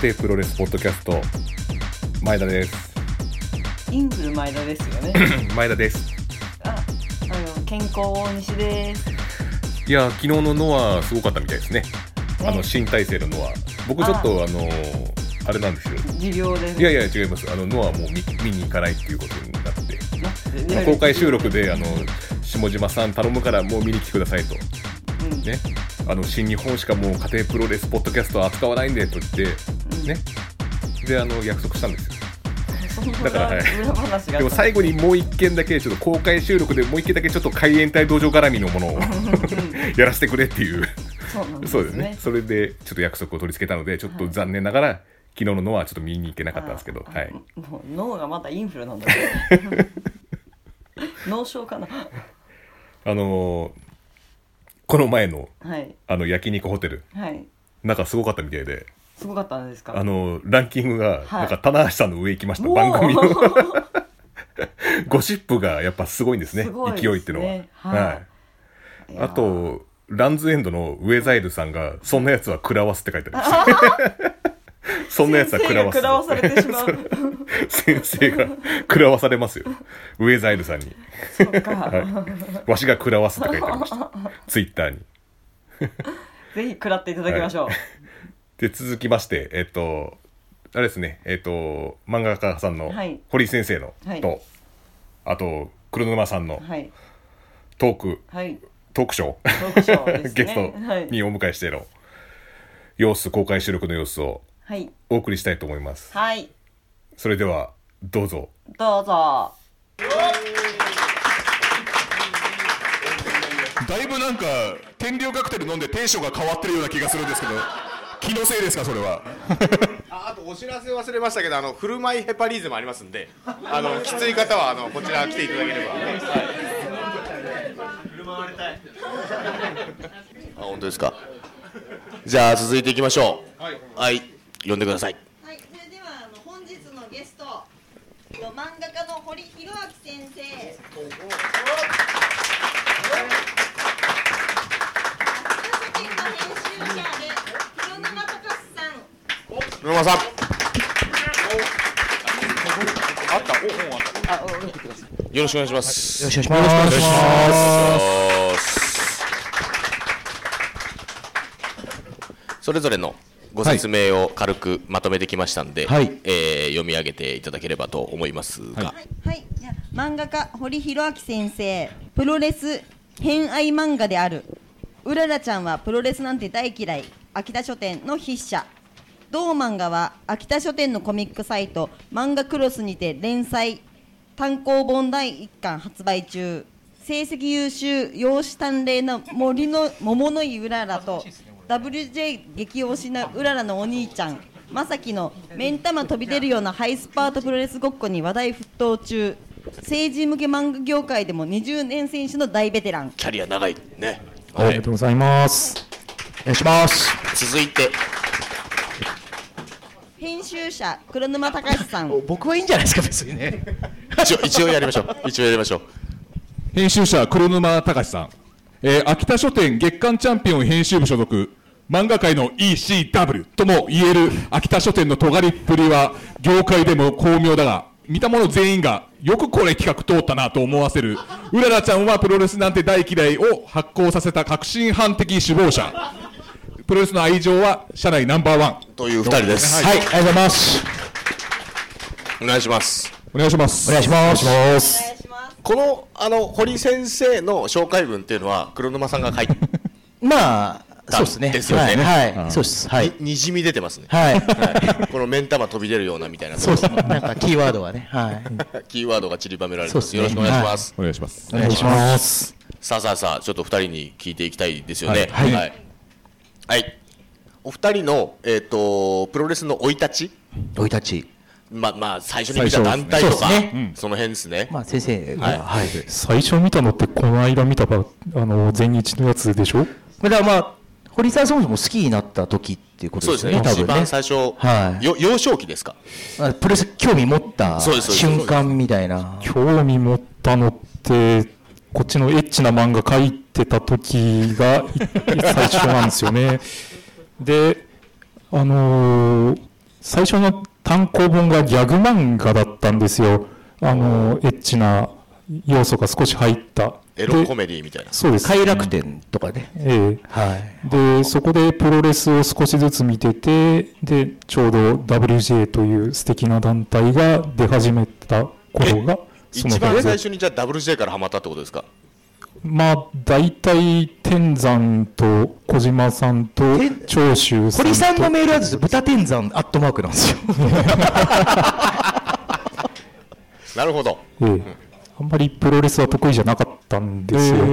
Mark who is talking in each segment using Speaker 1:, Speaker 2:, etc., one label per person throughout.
Speaker 1: 庭プロレスポッドキャスト、前田です。
Speaker 2: インフル前田ですよね
Speaker 1: 前田です。
Speaker 2: 健康大西です。
Speaker 1: いや、昨日のノアすごかったみたいですね。新体制のノア、僕ちょっとあれなんですよ、
Speaker 2: 持病です。
Speaker 1: いや違います。ノアもう 見に行かないっていうことになって公開収録で下島さん頼むからもう見に来てくださいと、ね、新日本しかもう家庭プロレスポッドキャストは扱わないんでと言って、ね、で約束したんですよ。だから、はい、でも最後にもう一件だけちょっと公開収録でもう一件だけちょっと海援隊道場絡みのものをやらせてくれっていうそうですね。それでちょっと約束を取り付けたので、ちょっと残念ながら、昨日のノアはちょっと見に行けなかったんですけど、はい、
Speaker 2: もう脳がまたインフルなんだね脳症かな。
Speaker 1: この前の、はい、焼肉ホテル、
Speaker 2: はい、
Speaker 1: なんかすごかったみたいで。す
Speaker 2: ごかったんですか。
Speaker 1: ランキングがなんか棚橋さんの上行きました、番組のゴシップがやっぱすごいんですね。すごいですね、勢いっていうのは、はい、あとランズエンドのウェザイルさんがそんなやつは食らわすって書いてありますそんなやつは食らわす、
Speaker 2: 食らわされてしまう
Speaker 1: 先生が食らわされますよ、ウェザイルさんに。
Speaker 2: そうか、
Speaker 1: はい、わしが食らわすって書いてありましたツイッターに
Speaker 2: ぜひ食らっていただきましょう、はい。
Speaker 1: で続きまして、あれですね、漫画家さんの堀井先生の、はい、とあと黒沼さんのトーク、はい、トークショー、ね、ゲストにお迎えしての様子、公開収録の様子をお送りしたいと思います、
Speaker 2: はい、
Speaker 1: それではどうぞ。
Speaker 2: どうぞ。
Speaker 1: だいぶなんか天領カクテル飲んでテンションが変わってるような気がするんですけど気のせいですか、それは。
Speaker 3: あとお知らせ忘れましたけど、振る舞いヘパリーゼもありますんで、きつい方はこちら来ていただければ、はい、振る舞われたい本当ですか。じゃあ続いていきましょう。はい、はい、呼んでください。
Speaker 4: はい、それでは本日のゲスト、漫画家の堀弘明先生、
Speaker 3: 黒沼さん、あった、よろしくお願いします。
Speaker 5: よろしくお願いします。
Speaker 3: それぞれのご説明を軽くまとめてきましたんで、はい、読み上げていただければと思いますが、
Speaker 4: はい、じゃ漫画家堀弘明先生、プロレス偏愛漫画であるうららちゃんはプロレスなんて大嫌い、秋田書店の筆者。同漫画は秋田書店のコミックサイト漫画クロスにて連載単行本第1巻発売中。成績優秀、容姿端麗な森の桃の井うららと WJ 激推しなうららのお兄ちゃんまさきの目ん玉飛び出るようなハイスパートプロレスごっこに話題沸騰中。成人向け漫画業界でも20年選手の大ベテラン。
Speaker 3: キャリア長いね、
Speaker 5: はい、ありがとうございます。お願いします。
Speaker 3: 続いて
Speaker 4: 編集者黒沼隆さん
Speaker 5: 僕はいいんじゃないですか、別にね
Speaker 3: 一応やりましょう。
Speaker 6: 編集者黒沼隆さん、秋田書店月刊チャンピオン編集部所属、漫画界の ECW とも言える秋田書店の尖りっぷりは業界でも巧妙だが、見た者全員がよくこれ企画通ったなと思わせるうららちゃんはプロレスなんて大嫌いを発行させた革新犯的首謀者。プロレスの愛情は社内ナンバーワン
Speaker 3: という2人です。
Speaker 5: はい、ありがとうございます。
Speaker 3: お願いします。
Speaker 6: お願いします。
Speaker 5: お願いします。
Speaker 3: この堀先生の紹介文っていうのは黒沼さんが書いて
Speaker 5: まあそうですね。
Speaker 3: ですよね。
Speaker 5: はい、そうです。はい。
Speaker 3: にじみ出てますね。
Speaker 5: はい。
Speaker 3: この目ん玉飛び出るようなみたいな。
Speaker 5: そうですね。なんかキーワードがね。はい。
Speaker 3: キーワードが散りばめられてます。よろしくお願いします。
Speaker 6: お願いします。
Speaker 5: お願いします。
Speaker 3: さあ、ちょっと2人に聞いていきたいですよね。はい。お二人のプロレスの生い立ち。まあ最初に見た団体とかその辺ですね。
Speaker 5: まあ先生
Speaker 6: が最初見たのってこの間見た全日のやつでしょ。
Speaker 5: だからまあ堀さんそもそも好きになった時っていうことですね。
Speaker 3: 一番最初、幼少期ですか。
Speaker 5: プロレス興味持った瞬間みたいな。
Speaker 6: 興味持ったのってこっちのエッチな漫画描いてた時が最初なんですよね。で
Speaker 7: 最初の単行本がギャグ漫画だったんですよ。エッチな要素が少し入った。
Speaker 3: エロコメディみたいな。
Speaker 7: そうです。
Speaker 5: 快楽天とかね。
Speaker 7: はい。で、そこでプロレスを少しずつ見てて、で、ちょうど WJ という素敵な団体が出始めた頃が、
Speaker 3: 一番最初にじゃあ WJ からハマったってことですか？
Speaker 7: まあ、大体、天山と小島さんと長州さんと。
Speaker 5: 堀さんのメールアドレス、豚天山アットマークなんですよ。
Speaker 3: なるほど。
Speaker 7: あんまりプロレスは得意じゃなかったんですよ。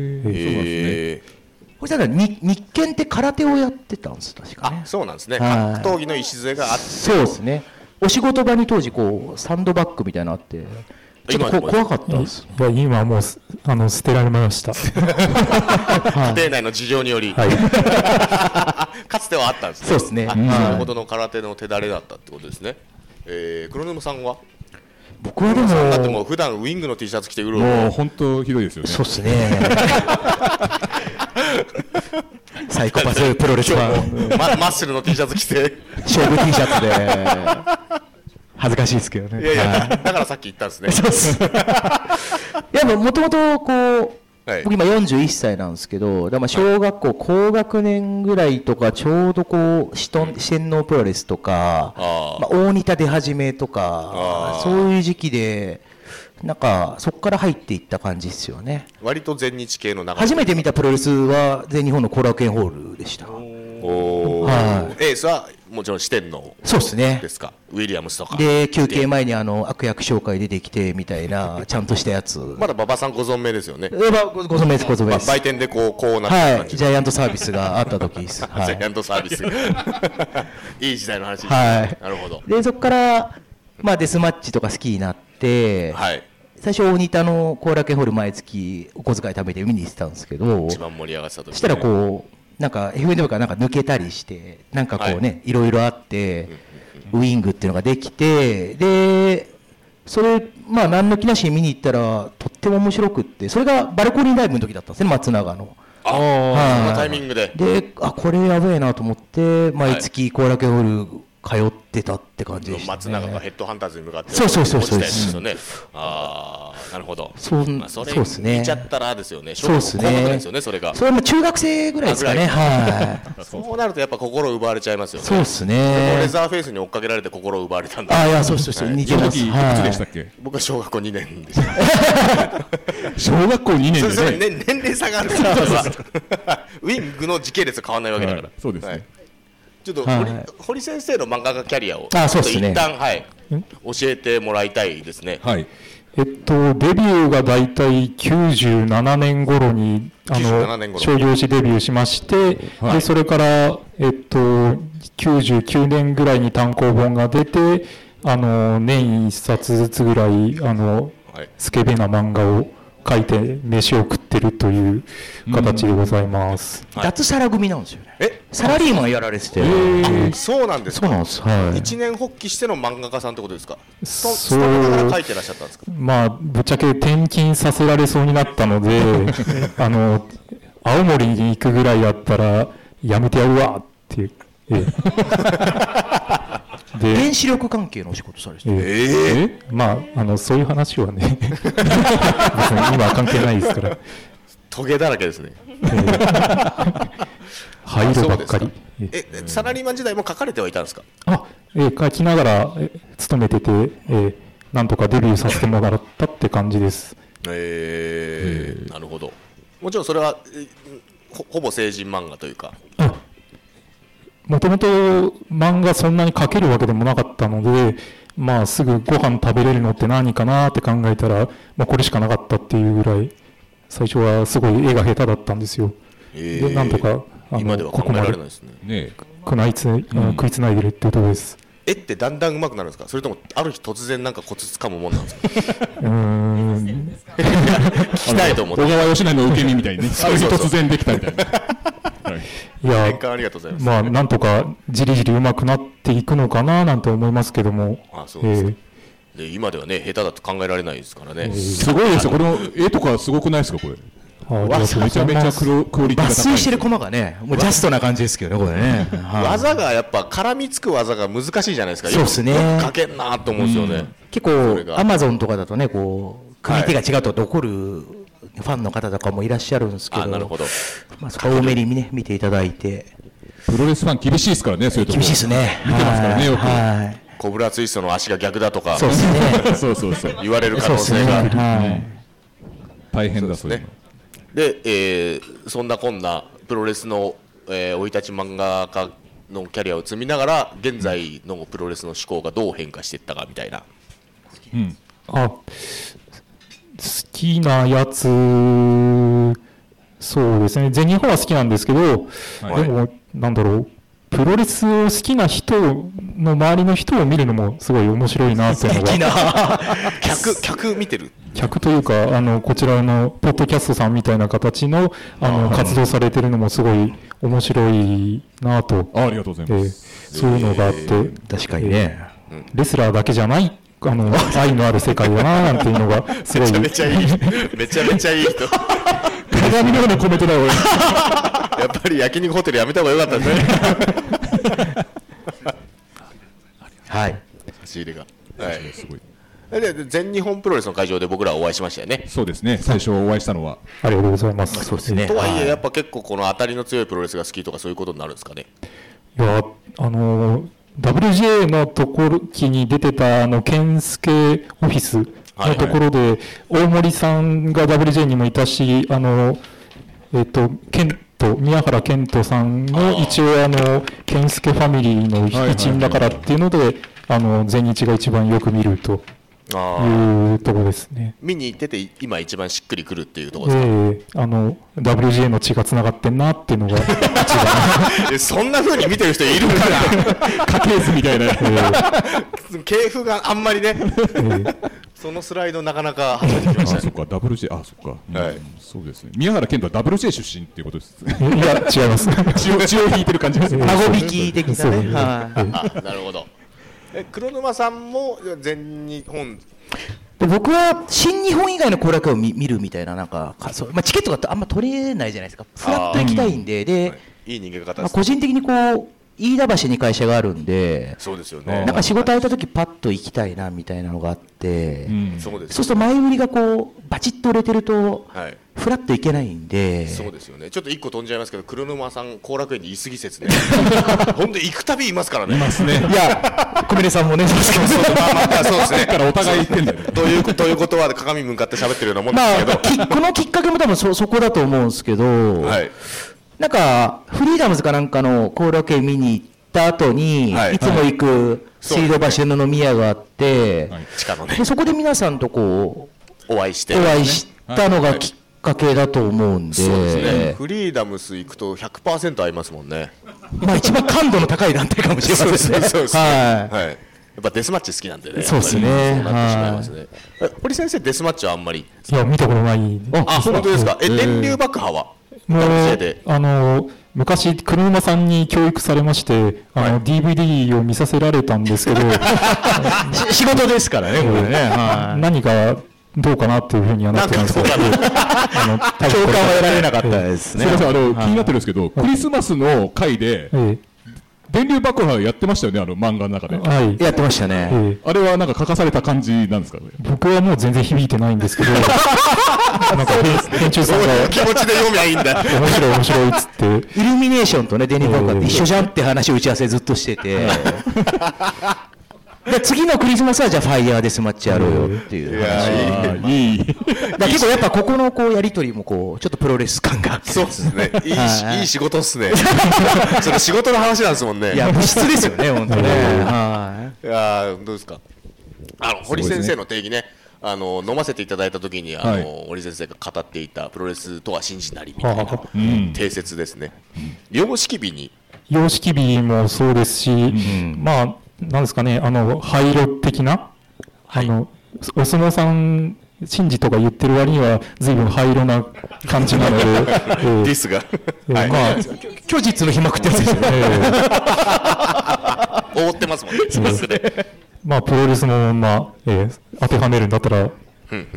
Speaker 5: 堀さんは日健って空手をやってたんです、確かね。
Speaker 3: そうなんですね。格闘技の礎があって。
Speaker 5: そうですね。お仕事場に当時こうサンドバッグみたいなのあって。ちょっと怖かったんです。
Speaker 7: いや今もう捨てられました。
Speaker 3: 家庭内の事情により、かつてはあったんですね。
Speaker 5: そうですね。
Speaker 3: それほどの空手の手だれだったってことですね。黒沼さんは？
Speaker 5: 僕はでも
Speaker 3: だってもう普段ウィングの T シャツ着てうろうろ。
Speaker 6: もう本当ひどいですよね。
Speaker 5: そうですね。サイコパスプロレスファン。
Speaker 3: マッスルの T シャツ着て。
Speaker 5: 勝負 T シャツで。恥ずかしいですけどね。
Speaker 3: いやだからさっき言ったんですね。そうです。
Speaker 5: いやもともとこう、僕今41歳なんですけど、小学校高学年ぐらいとかちょうどこう四天王プロレスとか、大仁田出始めとか、そういう時期でなんかそこから入っていった感じですよね。
Speaker 3: 割と全日系の流れ。
Speaker 5: 初めて見たプロレスは全日本の後楽園ホールでした。
Speaker 3: エースはもちろん四天王ですか？ウィリアムスとか
Speaker 5: で休憩前に悪役紹介出てきてみたいなちゃんとしたやつ。
Speaker 3: まだ馬場さんご存命ですよね。
Speaker 5: ご存命ですご存命です。
Speaker 3: 売店でこうなってる感じ。
Speaker 5: ジャイアントサービスがあった時です。
Speaker 3: ジャイアントサービスいい時代の話です。
Speaker 5: な
Speaker 3: るほど。
Speaker 5: でそこからデスマッチとか好きになって、最初大仁田の後楽園ホール毎月お小遣い貯めて見に行ってたんですけど、
Speaker 3: 一番盛り上がってた時。
Speaker 5: そしたらこうなんか FNW からなんか抜けたりしてなんかこうね、いろいろあってウイングっていうのができて、でそれ何の気なしに見に行ったらとっても面白くって、それがバルコニーライブの時だったんですね、松永の。
Speaker 3: そのタイミングで。
Speaker 5: でこれやべえなと思って毎月後楽園ホール通ってたって感じでした、ね。
Speaker 3: 松永がヘッドハンターズに向かって
Speaker 5: そう
Speaker 3: なるほど。
Speaker 5: それ
Speaker 3: 見ちゃったらですよね。
Speaker 5: そうですね。
Speaker 3: それが。
Speaker 5: それも中学生ぐらいですかね。
Speaker 3: そうなるとやっぱ心奪われちゃいますよね。
Speaker 5: そうですね。
Speaker 3: レザーフェイスに追っかけられて心奪われたんだ。
Speaker 5: いやそう似てます。
Speaker 6: いくつでしたっけ？
Speaker 3: 僕は小学校2年でした。
Speaker 6: 小学校2年で
Speaker 3: ね。年齢差がある。ウィングの時系列変わらないわけだから。
Speaker 6: そうですね。
Speaker 3: ちょっと堀先生の漫画家キャリアを
Speaker 5: 一
Speaker 3: 旦教えてもらいたいですね。
Speaker 7: はい。デビューがだいたい97年頃に商業誌デビューしまして、でそれから99年ぐらいに単行本が出て、年1冊ずつぐらいスケベな漫画を書いて飯を食ってるという形でございます。
Speaker 5: 脱サラ組なんですよね。サラリーマンやられてて。
Speaker 3: そうなんですか。
Speaker 5: そうなんです。
Speaker 3: 一年発起しての漫画家さんってことですか。スタッフながら書いてらっしゃったんですか。
Speaker 7: ぶっちゃけ転勤させられそうになったので青森に行くぐらいだったらやめてやるわっていう。
Speaker 5: 原子力関係のお仕事されて
Speaker 7: そういう話はね別に今は関係ないですから。
Speaker 3: トゲだらけですね。
Speaker 7: 灰色ばっかり。
Speaker 3: サラリーマン時代も書かれてはいたんですか。
Speaker 7: 書きながら勤めてて、なんとかデビューさせてもらったって感じです。
Speaker 3: なるほど。もちろんそれはほぼ成人漫画というか。
Speaker 7: もともと漫画そんなに描けるわけでもなかったので、すぐご飯食べれるのって何かなって考えたら、これしかなかったっていうぐらい最初はすごい絵が下手だったんですよ。でなんとか
Speaker 3: 今では考えられないですね。
Speaker 7: 食いつないでるっていうところです。
Speaker 3: 絵ってだんだん上手くなるんですか。それともある日突然なんかコツつかむもんなんですか。聞きたいと思って。
Speaker 6: 小川義成の受け身みたいにね。突然できたみたいな。
Speaker 7: いや
Speaker 3: 年間ありがとうございます。
Speaker 7: なんとかじりじり上手くなっていくのかななんて思いますけども。
Speaker 3: そうです。で今ではね下手だと考えられないですからね。
Speaker 6: すごいですよ。この絵とかすごくないですかこれ。 めちゃめちゃクオリティが高い。
Speaker 5: 抜粋してる駒がね、もうジャストな感じですけどね、これね。
Speaker 3: 技がやっぱ絡みつく技が難しいじゃないですか。
Speaker 5: そうですね。
Speaker 3: よくかけんなと思うんですよね。
Speaker 5: 結構アマゾンとかだとね、こう組み手が違うと怒るファンの方とかもいらっしゃるんですけど、
Speaker 3: なるほど。
Speaker 5: まあそこ多めにね見ていただいて。
Speaker 6: プロレスファン厳しいですからね、そういうところ。
Speaker 5: 厳しいですね。
Speaker 6: 見てますからね、よく。
Speaker 3: コブラツイストの足が逆だとか、
Speaker 5: そうですね。
Speaker 6: そう
Speaker 3: 言われる可能性が
Speaker 6: 大変だそうですね。
Speaker 3: で、そんなこんなプロレスの生い立ち漫画家のキャリアを積みながら現在のプロレスの思考がどう変化していったかみたいな。
Speaker 7: 好きなやつ、そうですね、全日本は好きなんですけど、でもなんだろう、プロレスを好きな人の周りの人を見るのもすごい面白いなっていうのが
Speaker 3: 客見てる
Speaker 7: 客というかこちらのポッドキャストさんみたいな形の活動されてるのもすごい面白いなと。
Speaker 6: ありがとうございます。
Speaker 7: そういうのがあって
Speaker 5: 確かにね、
Speaker 7: レスラーだけじゃない愛のある世界だななんていうのがすごい
Speaker 3: めちゃめちゃいいめちゃめちゃいい人
Speaker 6: 鏡のようなコメントだよ俺
Speaker 3: やっぱり焼肉ホテルやめた方がよかったですね
Speaker 5: はい
Speaker 3: 差し入れがすごい。で全日本プロレスの会場で僕らお会いしましたよね。
Speaker 6: そうですね、最初お会いしたのは。
Speaker 7: ありがとうございます。
Speaker 5: そうですね。
Speaker 3: とはいえやっぱ結構この当たりの強いプロレスが好きとかそういうことになるんですかね。
Speaker 7: いやWJ の時に出てた健介オフィスのところで、大森さんが WJ にもいたし、宮原健人さんの一応健介ファミリーの一員だからっていうので、全日が一番よく見るというところですね。
Speaker 3: 見に行ってて今一番しっくりくるっていうところですか。
Speaker 7: WJ の血がつながってんなっていうのが一
Speaker 3: 番そんな風に見てる人いるかな
Speaker 6: 家系図みたいな
Speaker 3: 系譜があんまりねそのスライドなかなか初めてきましたね。
Speaker 6: そっか WJ そっか、はい、そうですね。宮原健人は WJ 出身っていうことですね。
Speaker 7: いや違います
Speaker 6: 血を引いてる感じですね。
Speaker 5: 顎引き的なね。
Speaker 3: なるほど。黒沼さんも全日本
Speaker 5: で僕は新日本以外の後楽園を見るみたいな、なんかチケットがあんま取れないじゃないですか。フラッと行きたいんで、
Speaker 3: いい人間方です。
Speaker 5: 個人的にこう飯田橋に会社があるんで、
Speaker 3: そうですよね。
Speaker 5: なんか仕事空いた時パッと行きたいなみたいなのがあって、
Speaker 3: そうす
Speaker 5: ると前売りがこうバチッと売れてるとフラッと行けないんで。
Speaker 3: そうですよね。ちょっと一個飛んじゃいますけど、黒沼さん後楽園にいすぎ説ね。本当行くたびいますからね。
Speaker 6: いますね。
Speaker 5: いや小峰さんもね。そう
Speaker 3: ですね。
Speaker 6: からお互い言ってんだよ。
Speaker 3: ということは鏡向かって喋ってるようなもんですけど。
Speaker 5: このきっかけも多分そこだと思うんですけど。なんかフリーダムズかなんかの後楽園見に行った後に、いつも行く水道橋の飲み屋があって、
Speaker 3: 地下のね。
Speaker 5: そこで皆さんとこう
Speaker 3: お会いした
Speaker 5: のがきっかけだと思うんで。
Speaker 3: そうですね。フリーダムス行くと 100% 合いますもんね。
Speaker 5: まあ一番感度の高い団体かもしれませんね。
Speaker 3: そうですね。はい。やっぱデスマッチ好きなんでね。
Speaker 5: そうですね。
Speaker 3: 堀先生デスマッチはあんまり。
Speaker 7: いや見たことない。
Speaker 3: あ、本当ですか。電流爆破は。
Speaker 7: もう昔黒沼さんに教育されまして、DVD を見させられたんですけど
Speaker 5: 仕事ですからねこれね。
Speaker 7: 何がどうかなっていうふうにはなってたんですけど共感
Speaker 5: は得られなかったですね。
Speaker 6: すみません、気になってるんですけど、クリスマスの回で電流爆破やってましたよね、漫画の中で。
Speaker 5: やってましたね。
Speaker 6: あれはなんか書かされた感じなんですかね。
Speaker 7: 僕はもう全然響いてないんですけどなんか編集さんが
Speaker 3: 気持ちで読みゃいいんだ。
Speaker 7: 面白いっつって
Speaker 5: イルミネーションとね電流爆破って一緒じゃんって話を打ち合わせずっとしててで次のクリスマスはじゃあファイヤーデスマッチやろうよっていう話。
Speaker 6: いい。
Speaker 5: 結構やっぱここのこうやり取りもこうちょっとプロレス感があって。
Speaker 3: そうですね。いい仕事っすね。それ仕事の話なんですもんね。
Speaker 5: いや物質ですよね本当ね。
Speaker 3: いやどうですか。堀先生の定義ね。飲ませていただいたときに堀先生が語っていたプロレスとは信じなりみたいな定説ですね。様式美
Speaker 7: もそうですし、まあなんですかね、灰色的な、お相撲さん神事とか言ってる割には随分灰色な感じなので
Speaker 3: ディスが
Speaker 5: まあ虚実の皮膜ってやつですよね。
Speaker 3: 覆ってますもんね。
Speaker 7: まあプロレスも当てはめるんだったら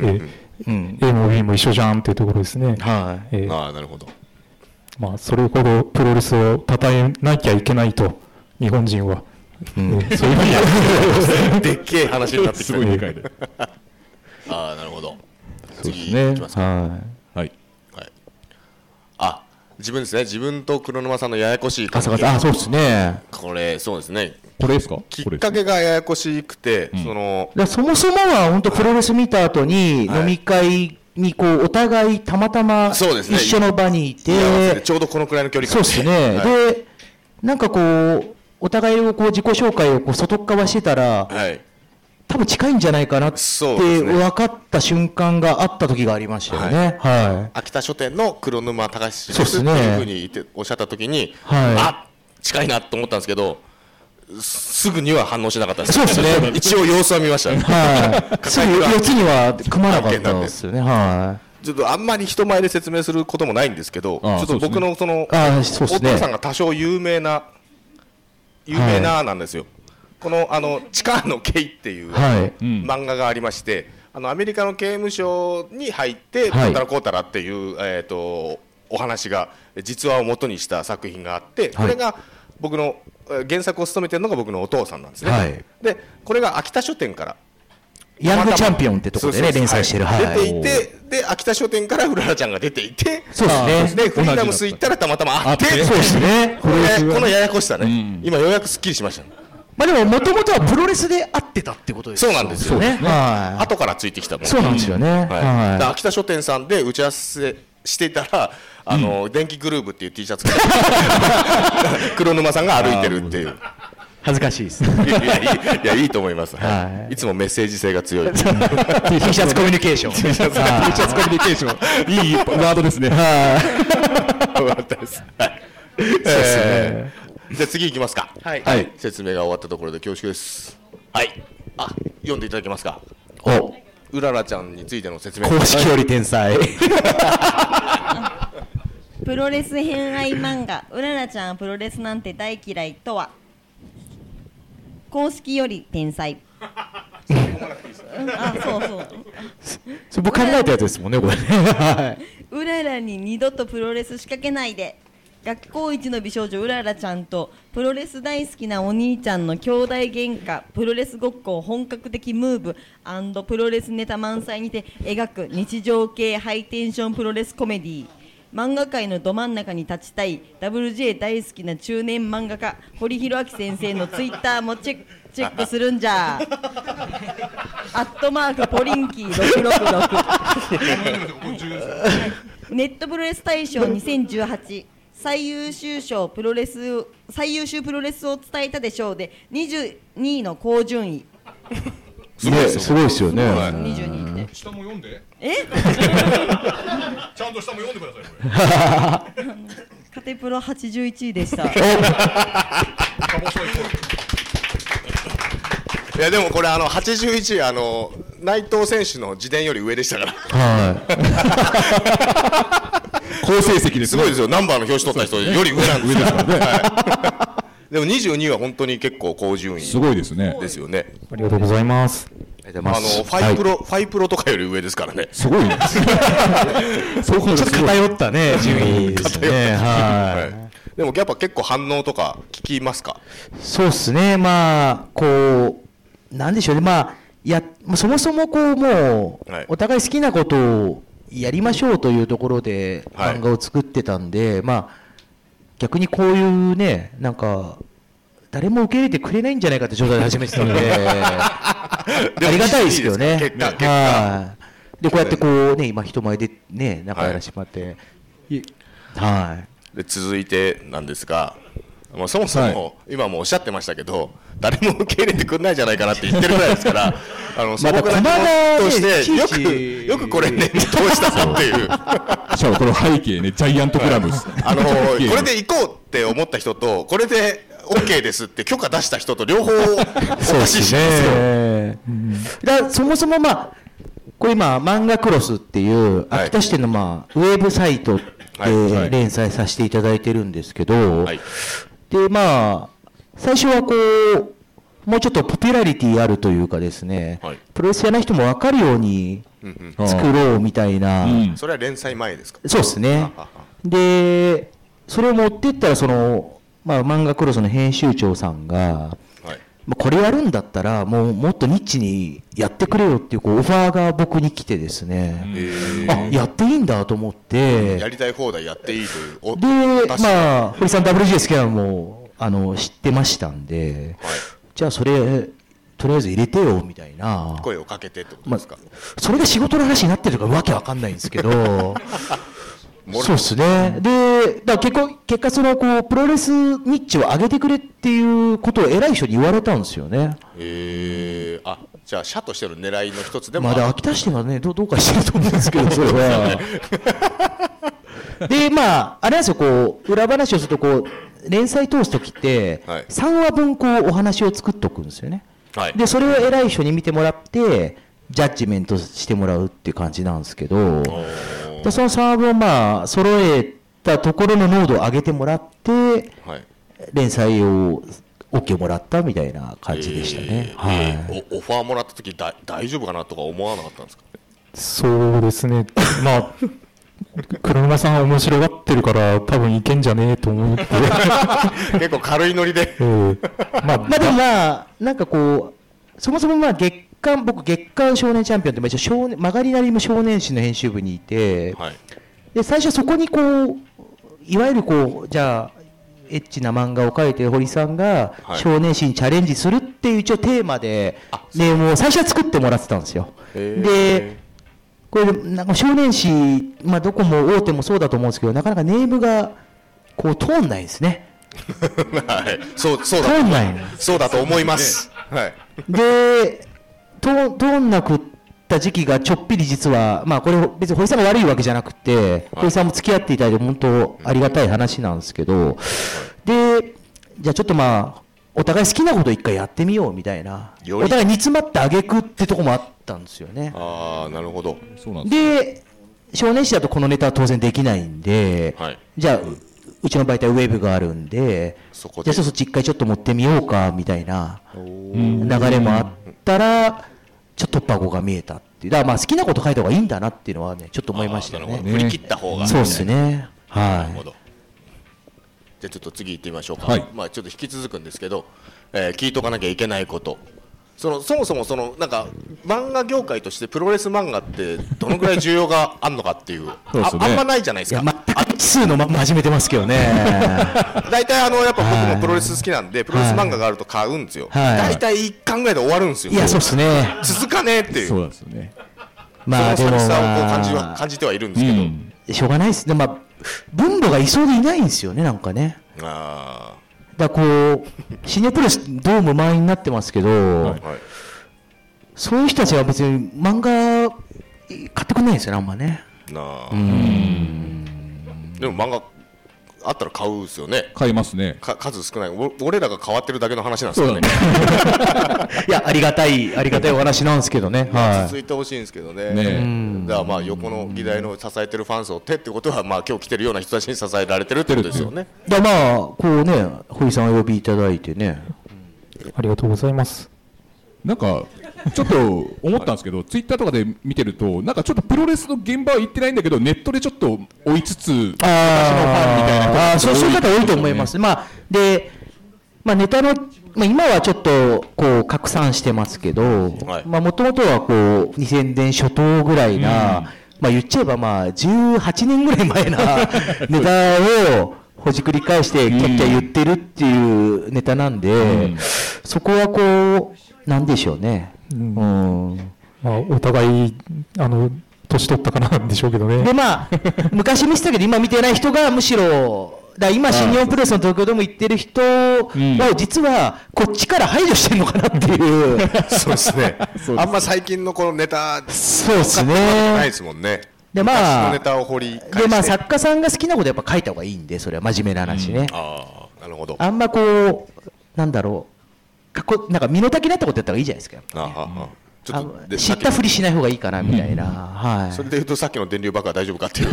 Speaker 7: A も B も一緒じゃんっていうところですね。
Speaker 3: ああ、なるほど。
Speaker 7: まあ、それほどプロレスを称えなきゃいけないと、日本人は。そういうふう
Speaker 3: にでっけえ話になってきた。
Speaker 6: すごいでかいで。
Speaker 3: ああ、なるほど。
Speaker 5: 次いきますか。
Speaker 6: はい。
Speaker 3: あ、自分ですね。自分と黒沼さんのややこしい
Speaker 5: 関係。あ、そうですね。
Speaker 3: これ、そうですね。
Speaker 6: これですか？
Speaker 3: きっかけがややこしくて、そ
Speaker 5: もそもは本当プロレス見た後に飲み会にこうお互いたまたま一緒の場にいて、
Speaker 3: ちょうどこのくらいの距離感
Speaker 5: で。そうですね。で、なんかこうお互いをこう自己紹介をこう外側してたら、多分近いんじゃないかなって分かった瞬間があった時がありましたよね。
Speaker 3: 秋田書店の黒沼隆史ですっていうふうにおっしゃった時に、あ、近いなと思ったんですけど、すぐには反応しなかったです。
Speaker 5: そうですね。
Speaker 3: 一応様子は見ました。
Speaker 5: すぐ四つには組まなかったんですよね。
Speaker 3: ちょっとあんまり人前で説明することもないんですけど、ちょっと僕のそのお父さんが多少有名ななんですよ。この地下のケイっていう漫画がありまして、アメリカの刑務所に入ってこうたらこうたらっていうお話が実話を元にした作品があって、これが僕の原作を務めてるのが僕のお父さんなんですね。でこれが秋田書店から
Speaker 5: ヤングチャンピオンってところでね連載してる、
Speaker 3: 出ていて、で秋田書店からうららちゃんが出ていて、
Speaker 5: そうですね。
Speaker 3: でフリーダムス行ったらたまたま会って、
Speaker 5: そうですね。
Speaker 3: このややこしさね、今ようやくすっきりしました。
Speaker 5: まあでももともとはプロレスで会ってたってことですよね。
Speaker 3: そうなんですよね。後からついてきたもん。
Speaker 5: そうなんですよね。
Speaker 3: 秋田書店さんで打ち合わせしていたら、電気グルーブっていう T シャツ着て黒沼さんが歩いてるっていう。
Speaker 5: 恥ずかしいです。い
Speaker 3: やいいと思います。いつもメッセージ性が強い。T
Speaker 5: シャツコミュニケーション。
Speaker 6: T シャツコミュニケーション。いいワードですね。
Speaker 3: よかったです。じゃあ次いきますか。説明が終わったところで恐縮です。はい。あ、読んでいただけますか。うららちゃんについての説明。
Speaker 5: 公式より天才。
Speaker 4: プロレス偏愛漫画うららちゃんプロレスなんて大嫌いとは。公式より天才。あ、そう。
Speaker 5: 僕考えたやつですもんね、これね。
Speaker 4: うららに二度とプロレス仕掛けないで。学校一の美少女うららちゃんとプロレス大好きなお兄ちゃんの兄弟喧嘩、プロレスごっこを本格的ムーブ&プロレスネタ満載にて描く日常系ハイテンションプロレスコメディー。漫画界のど真ん中に立ちたい WJ 大好きな中年漫画家堀弘明先生のツイッターもチェックするんじゃ。@ポリンキー666。ネットプロレス大賞2018最優秀プロレスを伝えたでしょうで22位の高順位。
Speaker 5: すごいですよね。
Speaker 4: 22位で。
Speaker 6: 下も読んで。
Speaker 3: ちゃんと下も読んでください。
Speaker 4: カテプロ81位でした。
Speaker 3: いやでもこれ81位内藤選手の自伝より上でしたから。
Speaker 6: 好成績です。
Speaker 3: すごいですよ。ナンバーの表紙取った人より上なんですからね。でも22位は本当に結構高順位。
Speaker 6: すごいですね。
Speaker 3: ですよね。
Speaker 7: ありがとうございます。
Speaker 3: ファイプロとかより上ですからね。
Speaker 6: すごいね。
Speaker 5: ちょっと偏ったね順位ですね。
Speaker 3: でもやっぱ結構反応とか聞きますか。
Speaker 5: そうですね。まあこうなんでしょうね。まあそもそもこうもうお互い好きなことをやりましょうというところで漫画を作ってたんで、まあ逆にこういうねなんか誰も受け入れてくれないんじゃないかって状態で始めてたのでありがたいですけどね。
Speaker 3: 結果
Speaker 5: でこうやってこうね今人前でね仲やらせてもらって
Speaker 3: で続いてなんですが、そもそも今もおっしゃってましたけど誰も受け入れてくれないんじゃないかなって言ってるぐらいですから素朴な疑問としてよくこれね通したなっていう。
Speaker 6: しかもこの背景ねジャイアントクラブこ
Speaker 3: れで行こうって思った人とこれで OK ですって許可出した人と両方おかしいしますよ。
Speaker 5: そもそもまあこれ今漫画クロスっていう秋田支店のまあウェブサイトで連載させていただいてるんですけど、でまあ最初はこうもうちょっとポピュラリティあるというかですね、プロレスじゃない人も分かるように作ろうみたいな、
Speaker 3: それは連載前ですか？
Speaker 5: そうですね。でそれを持っていったら漫画クロスの編集長さんが、これやるんだったらもっとニッチにやってくれよっていうオファーが僕に来てですね、やっていいんだと思って、
Speaker 3: やりたい放題やっていいという
Speaker 5: で堀さん WG 好きなのも知ってましたんで、じゃあそれとりあえず入れてよみたいな
Speaker 3: 声をかけてってことですか？
Speaker 5: それが仕事の話になってるかわけわかんないんですけどそうですね。でだから結果プロレスニッチを上げてくれっていうことを偉い人に言われたんですよね。
Speaker 3: じゃあ社としての狙いの一つでも
Speaker 5: まだ秋田市はねどうかしてると思うんですけどそれはであれなんですよ、裏話をすると連載通すときって、3話分お話を作っとくんですよね。でそれを偉い人に見てもらってジャッジメントしてもらうっていう感じなんですけど、でその3話分揃えたところの濃度を上げてもらって、連載を OK もらったみたいな感じでしたね。
Speaker 3: オファーもらった時大丈夫かなとか思わなかったんですか？
Speaker 7: そうですね、黒沼さん面白がってるから多分いけんじゃねえと思って
Speaker 3: 結構軽いノリで
Speaker 5: でもなんかそもそも僕月刊少年チャンピオンって曲がりなりも少年誌の編集部にいて、で最初そこにいわゆるじゃあエッチな漫画を描いてる堀さんが少年誌にチャレンジするっていう一応テーマでネームを最初は作ってもらってたんですよ。でこれなんか少年誌、どこも大手もそうだと思うんですけど、なかなかネームが通んないですね。
Speaker 3: そうだと思います。
Speaker 5: で通んなくった時期がちょっぴり実は、これ別に堀さんが悪いわけじゃなくて、堀さんも付き合っていただいて本当ありがたい話なんですけど、でじゃあちょっとお互い好きなことを一回やってみようみたいな、お互い煮詰まってあげくってとこもあったんですよね。
Speaker 3: なるほど。
Speaker 5: で少年誌だとこのネタは当然できないんで、じゃあうちの媒体ウェブがあるんで、じゃあそっち一回ちょっと持ってみようかみたいな流れもあったらちょっと突破口が見えたっていう。だから好きなこと書いた方がいいんだなっていうのはねちょっと思いましたね。
Speaker 3: 振り切った方が
Speaker 5: そうですね。
Speaker 3: なるほど。じゃあちょっと次行ってみましょうか。ちょっと引き続くんですけど、聞いとかなきゃいけないこと、そもそもなんか漫画業界としてプロレス漫画ってどのくらい需要があるのかっていうあんまないじゃないですか。
Speaker 5: 数の始めてますけどね
Speaker 3: 大体やっぱ僕もプロレス好きなんでプロレス漫画があると買うんですよ。大体1巻ぐらいで終わるんですよ。
Speaker 5: いやそうですね、
Speaker 3: 続かねえっていう。
Speaker 6: そうですね。
Speaker 3: その寂しさを感じてはいるんですけど、
Speaker 5: しょうがないですね。分母がいそうでいないんですよね、なんかね。だシニアプロレスドーム満員になってますけど、そういう人たちは別に漫画買ってくれないんですよね、あんまね。
Speaker 3: でも漫画あったら買うんですよね。
Speaker 6: 買いますね。
Speaker 3: 数少ない。俺らが変わってるだけの話なんですよね。
Speaker 5: いやありがたいお話なんですけどね。
Speaker 3: 続いてほしいんですけどね。だから横の議題の支えてるファン層ってことは今日来てるような人たちに支えられてるってことですよね。
Speaker 5: だ堀さんをお呼びいただいてね。
Speaker 7: ありがとうございます。
Speaker 6: なんかちょっと思ったんですけど、ツイッターとかで見てるとなんかちょっとプロレスの現場は行ってないんだけどネットでちょっと追いつつ昔のファンみたいな
Speaker 5: そういう方多いと思います。でネタの今はちょっと拡散してますけど、もともとは2000年初頭ぐらいな、言っちゃえば18年ぐらい前なネタをほじくり返してキャッキャ言ってるっていうネタなんで、そこはなんでしょうね。
Speaker 7: お互い年取ったからなんでしょうけどね。
Speaker 5: で昔見てたけど今見てない人がむしろ今新日本プロレスの東京ドーム行ってる人を実はこっちから排除してるのかなっていう
Speaker 3: そうですね。あんま最近のこのネタ
Speaker 5: そうですね
Speaker 3: ないですもんね。
Speaker 5: で
Speaker 3: 昔のネタを掘り返して
Speaker 5: 作家さんが好きなことやっぱ書いた方がいいんで、それは真面目な話ね。
Speaker 3: なるほど。
Speaker 5: あんまなんだろうなんか身の丈になったことやった方がいいじゃないですか。ちょっと知ったふりしない方がいいかなみたいな。
Speaker 3: それでいうとさっきの電流爆破大丈夫かっていう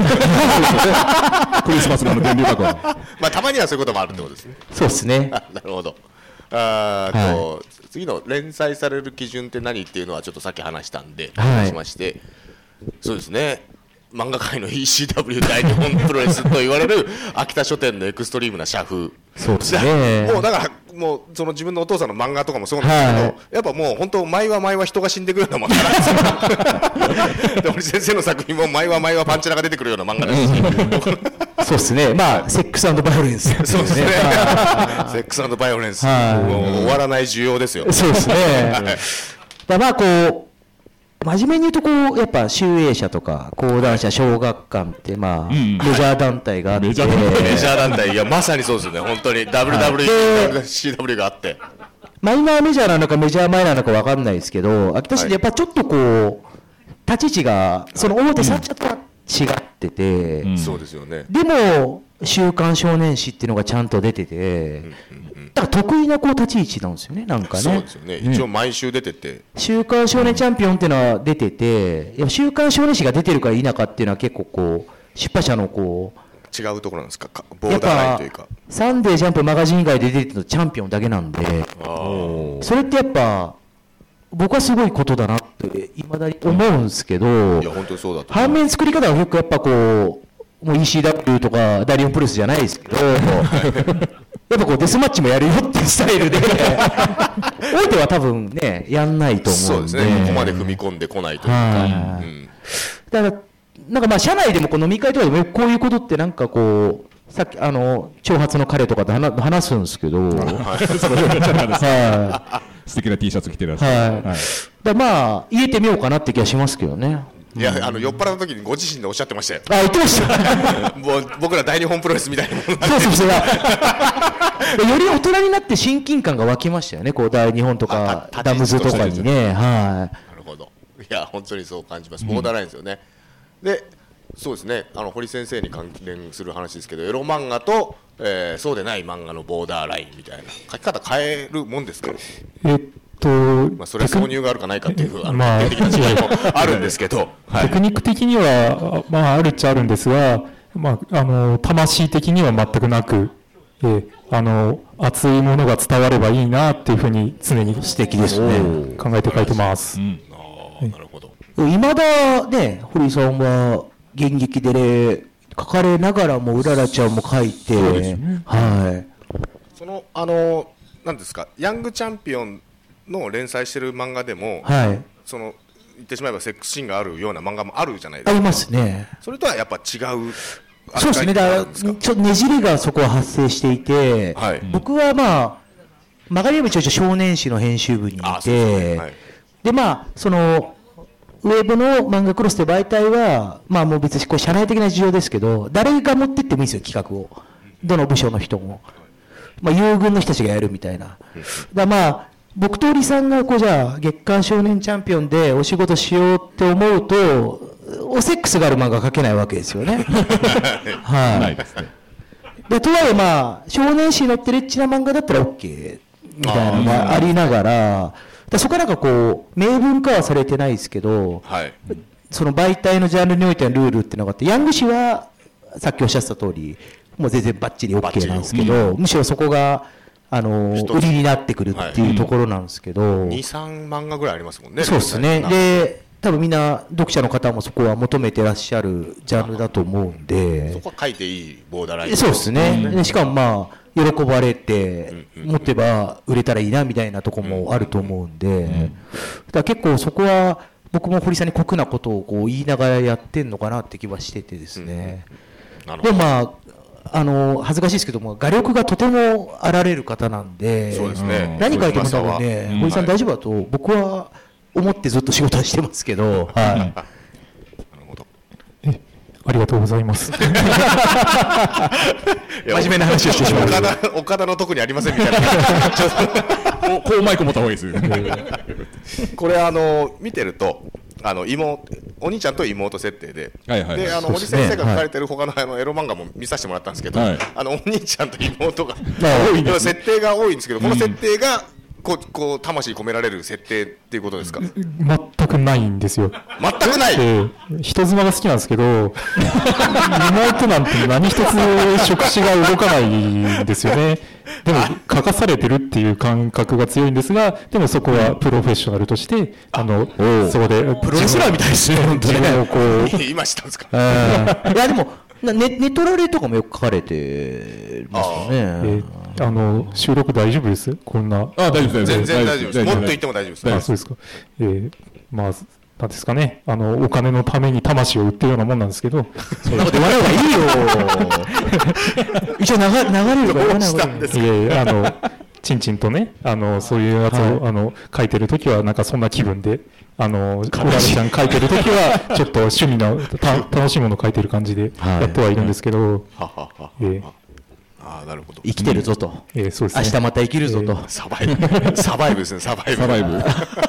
Speaker 6: クリスマスの電流爆破
Speaker 3: たまにはそういうこともあるってことですね。
Speaker 5: そうですね。
Speaker 3: なるほど。 次の連載される基準って何っていうのはちょっとさっき話したんで、話しまして、そうですね、漫画界の ECW 大日本プロレスと言われる秋田書店のエクストリームな社風。
Speaker 5: そうですね。
Speaker 3: もうだからもうその自分のお父さんの漫画とかもそうなんですけど、やっぱもう本当毎話人が死んでくるような漫画なんですよ。で堀先生の作品も毎話パンチラが出てくるような漫画ですし。
Speaker 5: そうですね。まあセックス&バイオレンス。
Speaker 3: そうですね。セックス&バイオレンス。もう終わらない需要ですよ。
Speaker 5: そうですね。だまあこう。真面目に言うとこうやっぱ集英社とか講談社小学館ってまあメジャー団体があって、
Speaker 3: メジャー団体、いやまさにそうですね、本当に WWECW があって、
Speaker 5: マイナーメジャーなのかメジャーマイナーなのか分かんないですけど、秋田市でやっぱちょっとこう立ち位置がその大手3社とは違ってて、
Speaker 3: そうですよね。
Speaker 5: でも週刊少年誌っていうのがちゃんと出てて、だから得意なこう立ち位置なんですよね、なんかね。
Speaker 3: そうですよね。一応毎週出てて、
Speaker 5: 週刊少年チャンピオンっていうのは出てて、いや週刊少年誌が出てるか否かっていうのは結構こう出版社のこう
Speaker 3: 違うところなんですか、ボーダーラインというか。
Speaker 5: サンデージャンプマガジン以外で出てるのチャンピオンだけなんで、それってやっぱ僕はすごいことだなっていまだに思うんですけど、
Speaker 3: いや本当にそうだと。
Speaker 5: 反面作り方は結構やっぱこうもう ECW とか大日本プロレスじゃないですけど。やっぱこうデスマッチもやるよっていうスタイルで大手は多分ねやんないと思うんで。
Speaker 3: そうですね、ここまで踏み込んでこないというか、
Speaker 5: だからなんかまあ社内でもこう飲み会とかでもこういうことってなんかこうさっき長髪の彼とかで話すんですけど、
Speaker 6: 素敵な T シャツ着てらっし
Speaker 5: ゃる。だまあ言えてみようかなって気がしますけどね。
Speaker 3: いや酔っ払った時にご自身でおっしゃってましたよ。
Speaker 5: 言ってました。
Speaker 3: もう僕ら大日本プロレスみたいなものなんで。
Speaker 5: そうそう。より大人になって親近感が湧きましたよね。こう大日本とかダムズとかにね。
Speaker 3: なるほど。いや本当にそう感じます。ボーダーラインですよね。で、そうですね。堀先生に関連する話ですけど、エロ漫画と、そうでない漫画のボーダーラインみたいな書き方変えるもんですか。それ挿入があるかないかっていう的な違いもあるんですけど、
Speaker 7: テクニック的にはまああるっちゃあるんですが、魂的には全くなく、熱いものが伝わればいいなっていうふうに常に
Speaker 5: 素敵ですね
Speaker 7: 考えて書いてます。
Speaker 3: なるほど。
Speaker 5: 今だね、堀さんは現役で書かれながらもうららちゃんも書いて、
Speaker 3: そのなんですか、ヤングチャンピオンの連載してる漫画でも、その言ってしまえばセックスシーンがあるような漫画もあるじゃないですか。
Speaker 5: ありますね。
Speaker 3: それとはやっぱ違う。
Speaker 5: そうですね。だからちょっとねじれがそこは発生していて、僕はまあ曲がり道少年誌の編集部にいて、でまあそのウェブの漫画クロスという媒体はまあもう別にこう社内的な事情ですけど、誰が持ってってもいいんですよ、企画を。どの部署の人も。まあ優遇の人たちがやるみたいな。だまあ僕と堀さんがこうじゃあ月刊少年チャンピオンでお仕事しようって思うとおセックスがある漫画描けないわけですよね。はい。でとはいえまあ少年誌に載ってるエッチな漫画だったら OK みたいなのがありながら、そこはなんかこう明文化はされてないですけど、その媒体のジャンルにおいてのルールっていうのがあって、ヤング誌はさっきおっしゃってた通りもう全然バッチリ OK なんですけど、むしろそこが売りになってくるっていうところなんですけど、
Speaker 3: 2、3漫画ぐらいありますもんね。
Speaker 5: そうですね。で多分みんな読者の方もそこは求めてらっしゃるジャンルだと思うんで、
Speaker 3: そこは書いていいボーダーライン。
Speaker 5: そうですね。しかもまあ喜ばれて持ってば売れたらいいなみたいなところもあると思うんで、だから結構そこは僕も堀さんに酷なことをこう言いながらやってんのかなって気はしててですね。でまあ恥ずかしいですけども画力がとてもあられる方なんで、何書いても多分ね堀さん大丈夫だと僕は思ってずっと仕事はしてますけど、
Speaker 7: なるほど。ありがとうございます。真
Speaker 5: 面目な話をしてしまう。
Speaker 3: 岡田の特にありませんみたいな。
Speaker 6: こうマイク持った方がいいですよ。
Speaker 3: これ見てるとお兄ちゃんと妹設定で、で堀先生が書かれてる他のエロ漫画も見させてもらったんですけど、お兄ちゃんと妹が設定が多いんですけど、この設定がこう魂込められる設定っていうことですか。
Speaker 7: 全くくないんですよ。
Speaker 3: 全くない。
Speaker 7: 人妻が好きなんですけど、妹なんて何一つ触手が動かないんですよね。でも書かされてるっていう感覚が強いんですが、でもそこはプロフェッショナルとしてそこで
Speaker 5: プロレスラーみたいですね。
Speaker 3: 自分をこう今知ったんですか。
Speaker 5: いやでもネトラレとかもよく書かれてますよね。
Speaker 7: 収録大丈夫です？こんな。
Speaker 6: 大丈夫です。
Speaker 3: 全然大丈夫です。もっと言っても大丈夫です。
Speaker 7: そうですか。まあなんですかね、お金のために魂を売ってるようなもんなんですけど、
Speaker 5: そんなこと言わない方がいいよ。一応流れるから言わない方がいい。
Speaker 7: いやちんちんとね、そういうやつを、書いてるときはなんかそんな気分で、オラルちゃん書いてるときはちょっと趣味の楽しいものを書いてる感じでやってはいるんですけど、
Speaker 3: なるほど。
Speaker 5: 生きてるぞと。
Speaker 7: そうですね。
Speaker 5: 明日また生きるぞと。
Speaker 3: サバイブですね。サバイブ。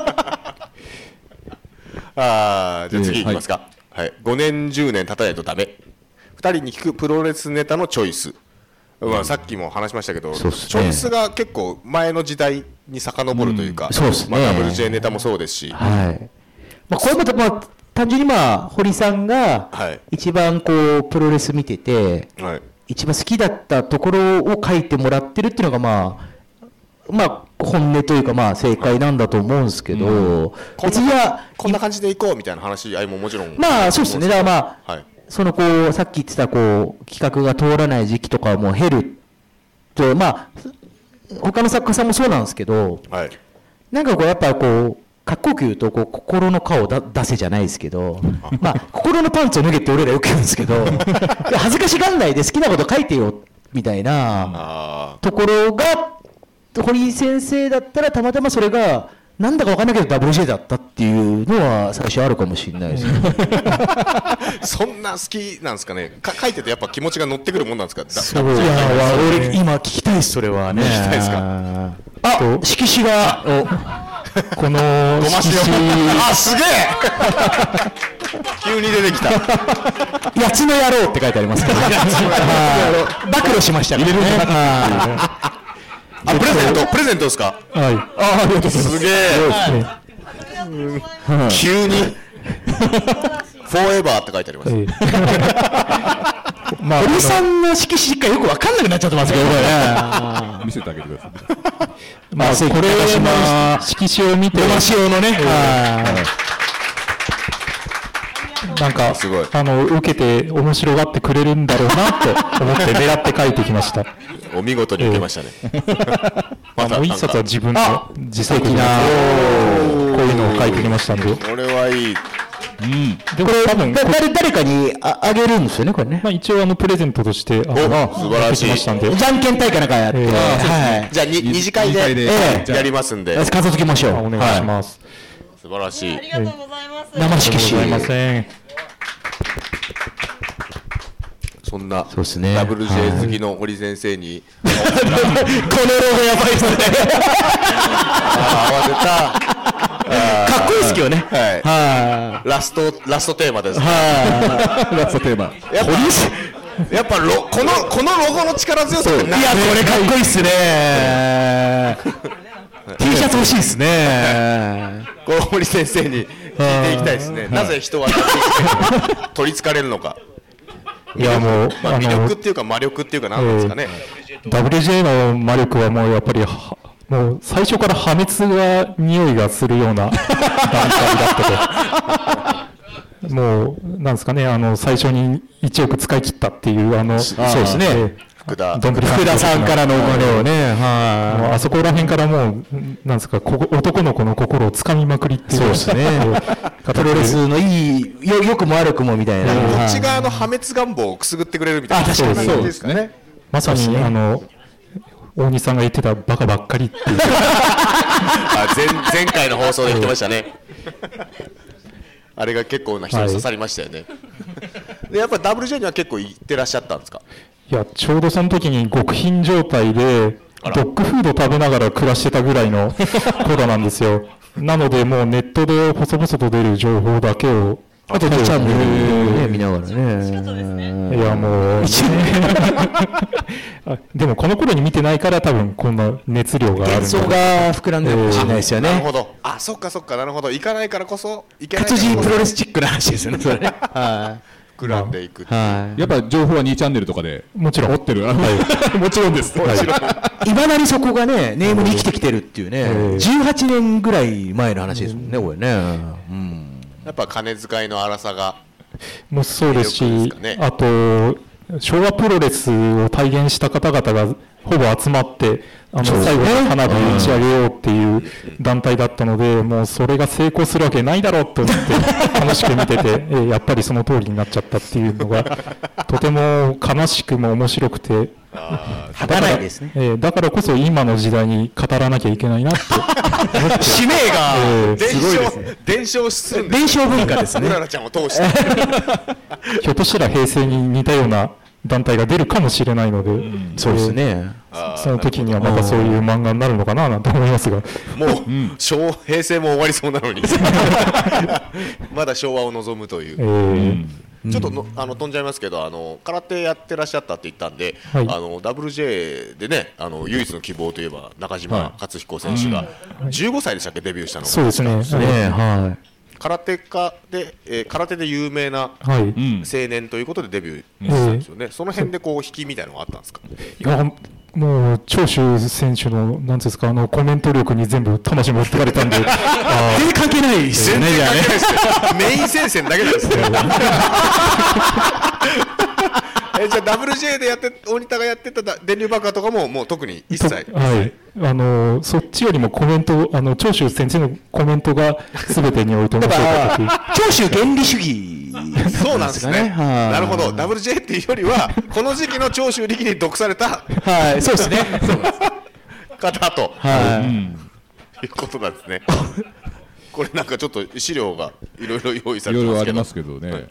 Speaker 3: じゃあ次いきますか。はい。5年10年経たないとダメ。2人に聞くプロレスネタのチョイス。さっきも話しましたけど、チョイスが結構前の時代に遡るというか、WJ ネタもそうですし。
Speaker 5: はい。これも単純に堀さんが一番こうプロレス見てて、一番好きだったところを書いてもらってるっていうのが本音というか正解なんだと思うんですけど、
Speaker 3: 別にこんな感じでいこうみたいな話ももちろん
Speaker 5: そうですね。だからそのさっき言ってた企画が通らない時期とかも減ると他の作家さんもそうなんですけど、なんかやっぱかっこよく言うと心の顔を出せじゃないですけど、心のパンツを脱げって俺らよく言うんですけど、恥ずかしがんないで好きなこと書いてよみたいなところが堀井先生だったらたまたまそれがなんだか分かんないけど WJ だったっていうのは最初あるかもしれないですね。
Speaker 3: そんな好きなんですかね。書いててやっぱ気持ちが乗ってくるもんなんですか。
Speaker 5: 俺今聞きたいです。それはね。
Speaker 3: 聞きたいですか。
Speaker 5: 色紙が
Speaker 7: この色紙
Speaker 3: すげえ急に出てきた。
Speaker 5: やつの野郎って書いてありますから暴露しましたからね。
Speaker 3: プレゼントですか。
Speaker 7: はい。
Speaker 3: ありがとうございます。すげえ。急にフォーエバーって書いてあります。
Speaker 5: 堀さんの色紙がよく分かんなくなっちゃってますけどね。
Speaker 6: 見せてあげてください。
Speaker 7: これの色紙を見て
Speaker 5: 仕様のね。
Speaker 7: なんか受けて面白がってくれるんだろうなと思って狙って書いてきました。
Speaker 3: お見事に受けましたね。
Speaker 7: もう一冊は自分の自作なこういうのを書いてきましたんで。
Speaker 3: これはいい。
Speaker 5: でこれ多分誰かにあげるんですよね、これね。
Speaker 7: 一応プレゼントとして
Speaker 3: 素晴らしい。
Speaker 5: じゃんけん大会なんかやって、
Speaker 3: じゃあ二次会でやりますんで
Speaker 5: 数えときましょう。
Speaker 7: お願いします。
Speaker 3: 素晴らしい。
Speaker 4: ありがとうございます。
Speaker 5: 生色紙。
Speaker 7: すいません。
Speaker 3: そんな WJ 好きの堀先生に
Speaker 5: このロゴやばいですね。
Speaker 3: 慌てた。
Speaker 5: かっこいいですけどね。
Speaker 3: ラストテーマです。
Speaker 6: ラストテーマ。
Speaker 3: やっぱこのロゴの力強さ。いやこ
Speaker 5: れかっこいいっすね。T シャツ欲しいですね。
Speaker 3: この堀先生に聞いていきたいですね。なぜ人は取りつかれるのか。
Speaker 7: いやもう
Speaker 3: 魅力っていうか魔力っていうか何なんですかね。
Speaker 7: WJ の魔力はもうやっぱりもう最初から破滅が匂いがするような段階だったと。もうなんですかね、最初に1億使い切ったっていう
Speaker 5: そうですね。
Speaker 3: 福田
Speaker 5: さんからのお金をね、
Speaker 7: あそこら辺からもうなんですか、男の子の心をつかみまくりっていう。
Speaker 5: そうですね。プロレスの良くも悪くもみたいな。
Speaker 3: こっち側の破滅願望をくすぐってくれるみたいな。
Speaker 5: 確かに
Speaker 3: そうですかね。
Speaker 7: まさに大西さんが言ってたバカばっかりっていう。
Speaker 3: 前回の放送で言ってましたね。あれが結構な人に刺さりましたよね。でやっぱり WJ には結構行ってらっしゃったんですか。
Speaker 7: いやちょうどその時に極貧状態でドッグフード食べながら暮らしてたぐらいの頃なんですよ。なのでもうネットで細々と出る情報だけを
Speaker 5: あと2チャンネルね見ながらね。
Speaker 7: いやもうでもこの頃に見てないから多分こんな熱量がある。
Speaker 5: 幻想が膨らんでるかもしれないですよね。
Speaker 3: なるほど。そっかなるほど。行かないからこそ
Speaker 5: 活字プロレスチックな話ですよねそれね。
Speaker 3: 膨らんでいく。
Speaker 6: やっぱ情報は2チャンネルとかで
Speaker 7: もちろん
Speaker 6: 持ってる。もちろんです。
Speaker 5: いまだにそこがねネームに生きてきてるっていうね。18年ぐらい前の話ですもんねこれね。
Speaker 3: やっぱ金遣いの荒さが
Speaker 7: もそうですし、あと昭和プロレスを体現した方々がほぼ集まって最後の花火を打ち上げようっていう団体だったので、もうそれが成功するわけないだろうと思って楽しく見ててやっぱりその通りになっちゃったっていうのがとても悲しくも面白くて、だからこそ今の時代に語らなきゃいけないなって
Speaker 5: 使命が
Speaker 3: すごいですね。伝承するんです。
Speaker 5: 伝承文化ですね。
Speaker 3: うららちゃんを通して
Speaker 7: ひょっとしたら平成に似たような団体が出るかもしれないので、
Speaker 5: そうですね。
Speaker 7: その時にはまたそういう漫画になるのかななんて思いますが、
Speaker 3: もう平成も終わりそうなのにまだ昭和を望むという。ちょっと飛んじゃいますけど、空手やってらっしゃったって言ったんで、WJ でね唯一の希望といえば中島克彦選手が15歳でしたっけデビューしたの。
Speaker 7: そうですね。
Speaker 3: 空手家で、空手で有名な青年ということでデビューしたんですよね。その辺でこう引きみたいなのがあったんですか。
Speaker 7: いやもう長州選手のなんですかコメント力に全部魂持ってかれたんで
Speaker 5: 全然関係ないですよね。
Speaker 3: メイン戦線だけなんですね。じゃあ WJ で大仁田がやってた電流爆破とかももう特に一切。
Speaker 7: そっちよりもコメント長州先生のコメントが全てにおいて面白かったという。
Speaker 5: 長州原理主義。
Speaker 3: そうなんですね。なるほど。WJ っていうよりはこの時期の長州力に毒された。
Speaker 5: そうですね。
Speaker 3: 方と。いうことなんですね。これなんかちょっと資料がいろいろ用意されてますけど。
Speaker 6: いろいろありますけどね。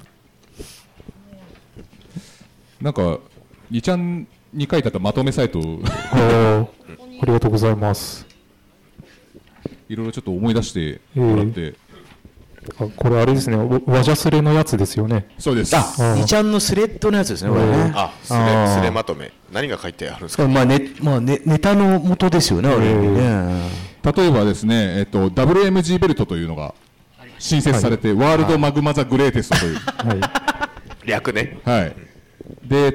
Speaker 6: なんか2ちゃんに書いてあったまとめサイト
Speaker 7: ありがとうございます。
Speaker 6: いろいろちょっと思い出してもらって、
Speaker 7: これあれですね、わじゃすれのやつですよね。
Speaker 6: そうです。
Speaker 5: 2ちゃんのスレッドのやつですねこれね。
Speaker 3: スレまとめ。何が書いてあるんですか。
Speaker 5: ネタの元ですよね。
Speaker 6: 例えばですね、WMG ベルトというのが新設されて、ワールドマグマザグレーテストという
Speaker 3: 略ね。
Speaker 6: で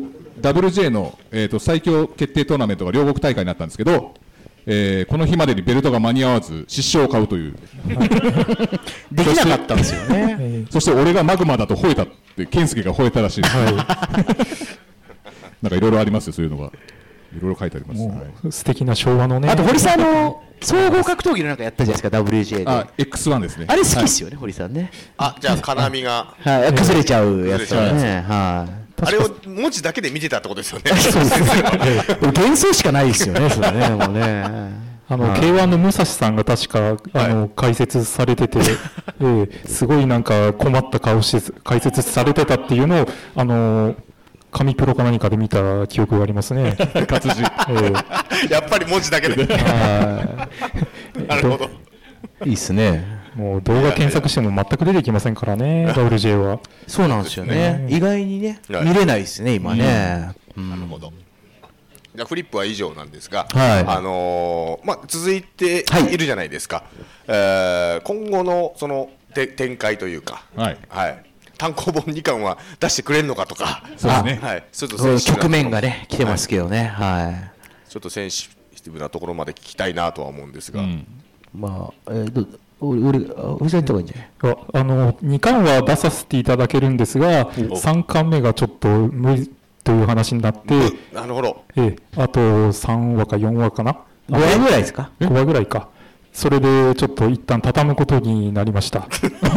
Speaker 6: WJ の、最強決定トーナメントが両国大会になったんですけど、この日までにベルトが間に合わず失笑を買うという
Speaker 5: できなかったんですよね。
Speaker 6: そして俺がマグマだと吠えたって健介が吠えたらしいです、なんかいろいろありますよ。そういうのがいろいろ書いてあります、
Speaker 7: 素敵な昭和のね。
Speaker 5: あと堀さんの総合格闘技のなんかやったじゃないですか WJ で。
Speaker 6: X1 ですね。
Speaker 5: あれ好きっすよね、堀さんね。
Speaker 3: じゃあ金網が
Speaker 5: 崩れちゃうやつだね。
Speaker 3: あれを文字だけで見てたってことですよね。
Speaker 5: 幻想しかないですよね、それね、もうね。
Speaker 7: K1 の武蔵さんが確か解説されてて、すごいなんか困った顔して解説されてたっていうのを紙プロか何かで見た記憶がありますね。
Speaker 3: 活字。やっぱり文字だけで。なるほど。
Speaker 5: いいっすね。
Speaker 7: もう動画検索しても全く出てきませんからね、WJ は。
Speaker 5: そうなんですよね。意外にね、見れないですね、今ね。
Speaker 3: なるほど。じゃあフリップは以上なんですが、
Speaker 5: はい
Speaker 3: 続いているじゃないですか。今後のその展開というか、単行本2巻は出してくれるのかとか、
Speaker 6: そうですね。
Speaker 3: はい。ちょっと
Speaker 5: 局面がね来てますけどね。はい。
Speaker 3: ちょっとセンシティブなところまで聞きたいなとは思うんですが。
Speaker 5: まあ俺さんとかいいんじゃない
Speaker 7: ？2巻は出させていただけるんですが、3巻目がちょっと無理という話になって、
Speaker 3: なるほど。
Speaker 7: あと3話か4話かな。
Speaker 5: 5話ぐらいですか
Speaker 7: ？5話ぐらいか。それでちょっと一旦畳むことになりました。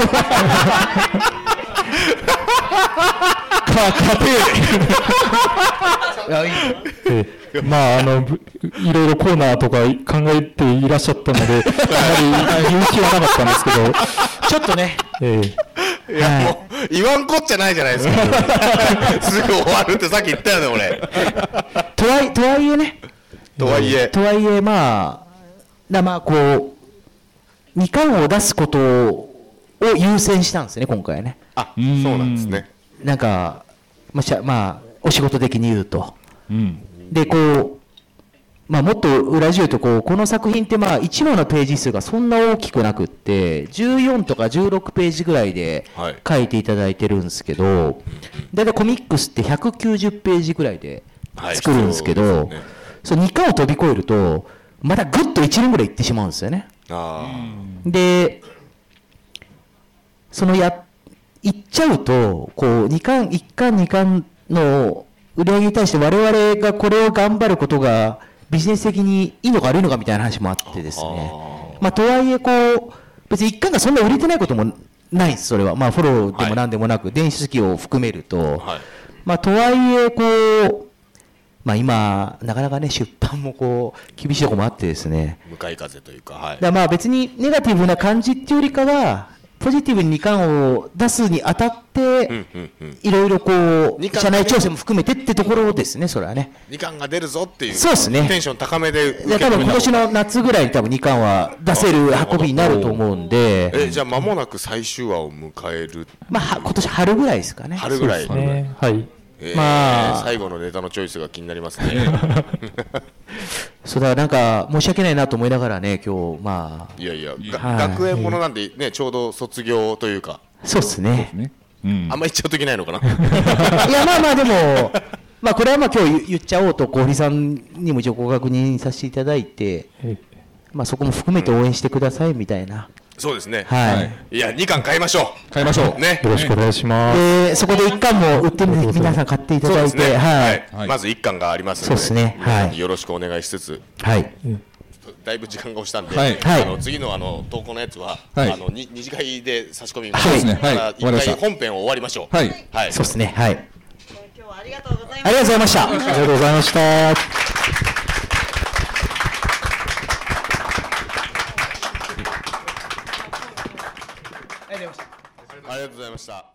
Speaker 7: まあいろいろコーナーとか考えていらっしゃったので、あまり勇気はなかったんですけど、
Speaker 5: ちょっとね。
Speaker 3: いやもう言わんこっちゃないじゃないですか。すぐ終わるってさっき言ったよね俺。
Speaker 5: とはいえね。
Speaker 3: とはいえ
Speaker 5: まあこう2巻を出すことをを優先したんですね今回はね。
Speaker 3: あ、そうなんですね。
Speaker 5: なんかまあお仕事的に言うと、でこうもっと裏地言うとこの作品って1話のページ数がそんな大きくなくって14とか16ページぐらいで書いていただいてるんですけど、だいたいコミックスって190ページぐらいで作るんですけど、その2巻を飛び越えるとまたぐっと1年ぐらいいってしまうんですよね。でそのいっちゃうと1巻2巻の売り上げに対して我々がこれを頑張ることがビジネス的にいいのか悪いのかみたいな話もあってですね、とはいえ別に1巻がそんな売れてないこともないです。それはフォローでもなんでもなく、電子書籍を含めると、とはいえ今なかなかね出版も厳しいところもあってですね、
Speaker 3: 向かい風というか、
Speaker 5: 別にネガティブな感じっていうよりかはポジティブに2巻を出すにあたっていろいろ社内調整も含めてってところですね。それはね
Speaker 3: 2巻が出るぞっていう
Speaker 5: そうですね、
Speaker 3: テンション高めで
Speaker 5: 多分今年の夏ぐらいに多分2巻は出せる運びになると思うんで、
Speaker 3: じゃあ間もなく最終話を迎える、
Speaker 5: 今年春ぐらいですかね。
Speaker 3: 春ぐらい、
Speaker 7: はい。
Speaker 3: 最後のネタのチョイスが気になりますね。
Speaker 5: そうだ、なんか申し訳ないなと思いながらね今日
Speaker 3: いやいや、学園ものなんでね、ちょうど卒業というか。
Speaker 5: そうですね。
Speaker 3: あんま言っちゃうといけないのかな。
Speaker 5: いやでもこれは今日言っちゃおうと小堀さんにも一応ご確認させていただいて、そこも含めて応援してくださいみたいな。
Speaker 3: そうですね。
Speaker 5: はい。
Speaker 3: いや2巻買いましょう。ね。
Speaker 7: よろしくお願いします。
Speaker 5: でそこで1巻も売ってみて皆さん買っていただいて、
Speaker 3: まず1巻がありますので、
Speaker 5: そうですね。はい。
Speaker 3: よろしくお願いしつつ。
Speaker 5: はい。
Speaker 3: だいぶ時間が押したんで、次の投稿のやつは二次会で差し込みます。
Speaker 6: そうですね。
Speaker 3: 一回本編を終わりましょう。
Speaker 6: はい。
Speaker 5: そうですね。はい。
Speaker 2: 今日はありがとうございました。
Speaker 5: ありがとうございました。
Speaker 7: ありがとうございました。
Speaker 3: ありがとうございました。